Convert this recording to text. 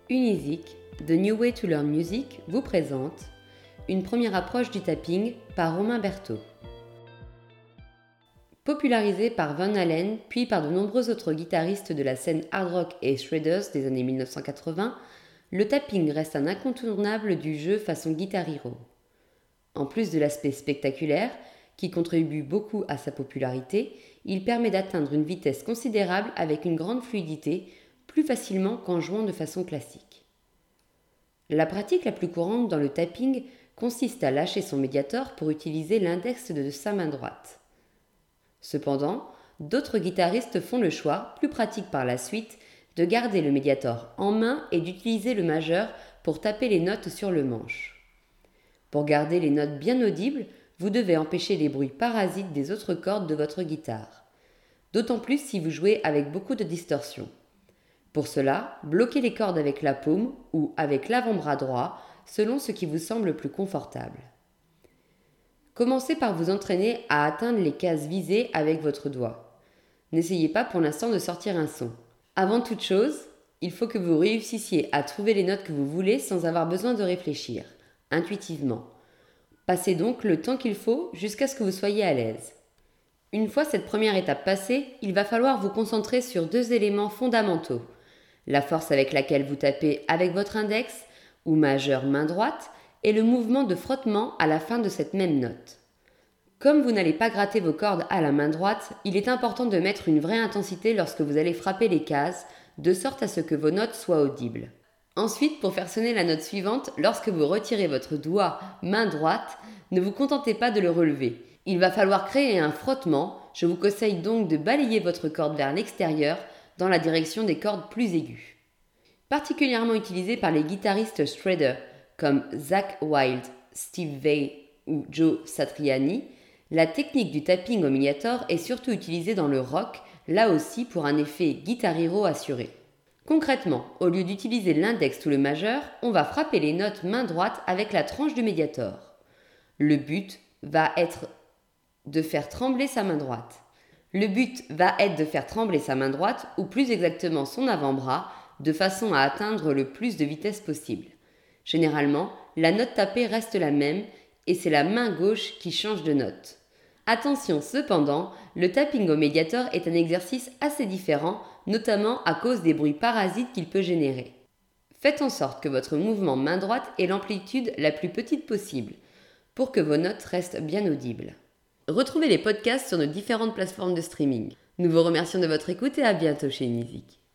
Unizik, The New Way to Learn Music, vous présente une première approche du tapping par Romain Berthaud. Popularisé par Van Halen puis par de nombreux autres guitaristes de la scène hard rock et shredders des années 1980, le tapping reste un incontournable du jeu façon Guitar Hero. En plus de l'aspect spectaculaire, qui contribue beaucoup à sa popularité, il permet d'atteindre une vitesse considérable avec une grande fluidité, plus facilement qu'en jouant de façon classique. La pratique la plus courante dans le tapping consiste à lâcher son médiator pour utiliser l'index de sa main droite. Cependant, d'autres guitaristes font le choix, plus pratique par la suite, de garder le médiator en main et d'utiliser le majeur pour taper les notes sur le manche. Pour garder les notes bien audibles, vous devez empêcher les bruits parasites des autres cordes de votre guitare, d'autant plus si vous jouez avec beaucoup de distorsion. Pour cela, bloquez les cordes avec la paume ou avec l'avant-bras droit, selon ce qui vous semble plus confortable. Commencez par vous entraîner à atteindre les cases visées avec votre doigt. N'essayez pas pour l'instant de sortir un son. Avant toute chose, il faut que vous réussissiez à trouver les notes que vous voulez sans avoir besoin de réfléchir, intuitivement. Passez donc le temps qu'il faut jusqu'à ce que vous soyez à l'aise. Une fois cette première étape passée, il va falloir vous concentrer sur deux éléments fondamentaux. La force avec laquelle vous tapez avec votre index ou majeur main droite et le mouvement de frottement à la fin de cette même note. Comme vous n'allez pas gratter vos cordes à la main droite, il est important de mettre une vraie intensité lorsque vous allez frapper les cases, de sorte à ce que vos notes soient audibles. Ensuite, pour faire sonner la note suivante, lorsque vous retirez votre doigt main droite, ne vous contentez pas de le relever. Il va falloir créer un frottement, je vous conseille donc de balayer votre corde vers l'extérieur dans la direction des cordes plus aiguës. Particulièrement utilisé par les guitaristes shredder comme Zakk Wylde, Steve Vai ou Joe Satriani, la technique du tapping au médiator est surtout utilisée dans le rock, là aussi pour un effet Guitar Hero assuré. Concrètement, au lieu d'utiliser l'index ou le majeur, on va frapper les notes main droite avec la tranche du médiator. Le but va être de faire trembler sa main droite. Ou plus exactement son avant-bras, de façon à atteindre le plus de vitesse possible. Généralement, la note tapée reste la même et c'est la main gauche qui change de note. Attention cependant, le tapping au médiator est un exercice assez différent, notamment à cause des bruits parasites qu'il peut générer. Faites en sorte que votre mouvement main droite ait l'amplitude la plus petite possible, pour que vos notes restent bien audibles. Retrouvez les podcasts sur nos différentes plateformes de streaming. Nous vous remercions de votre écoute et à bientôt chez Unizik.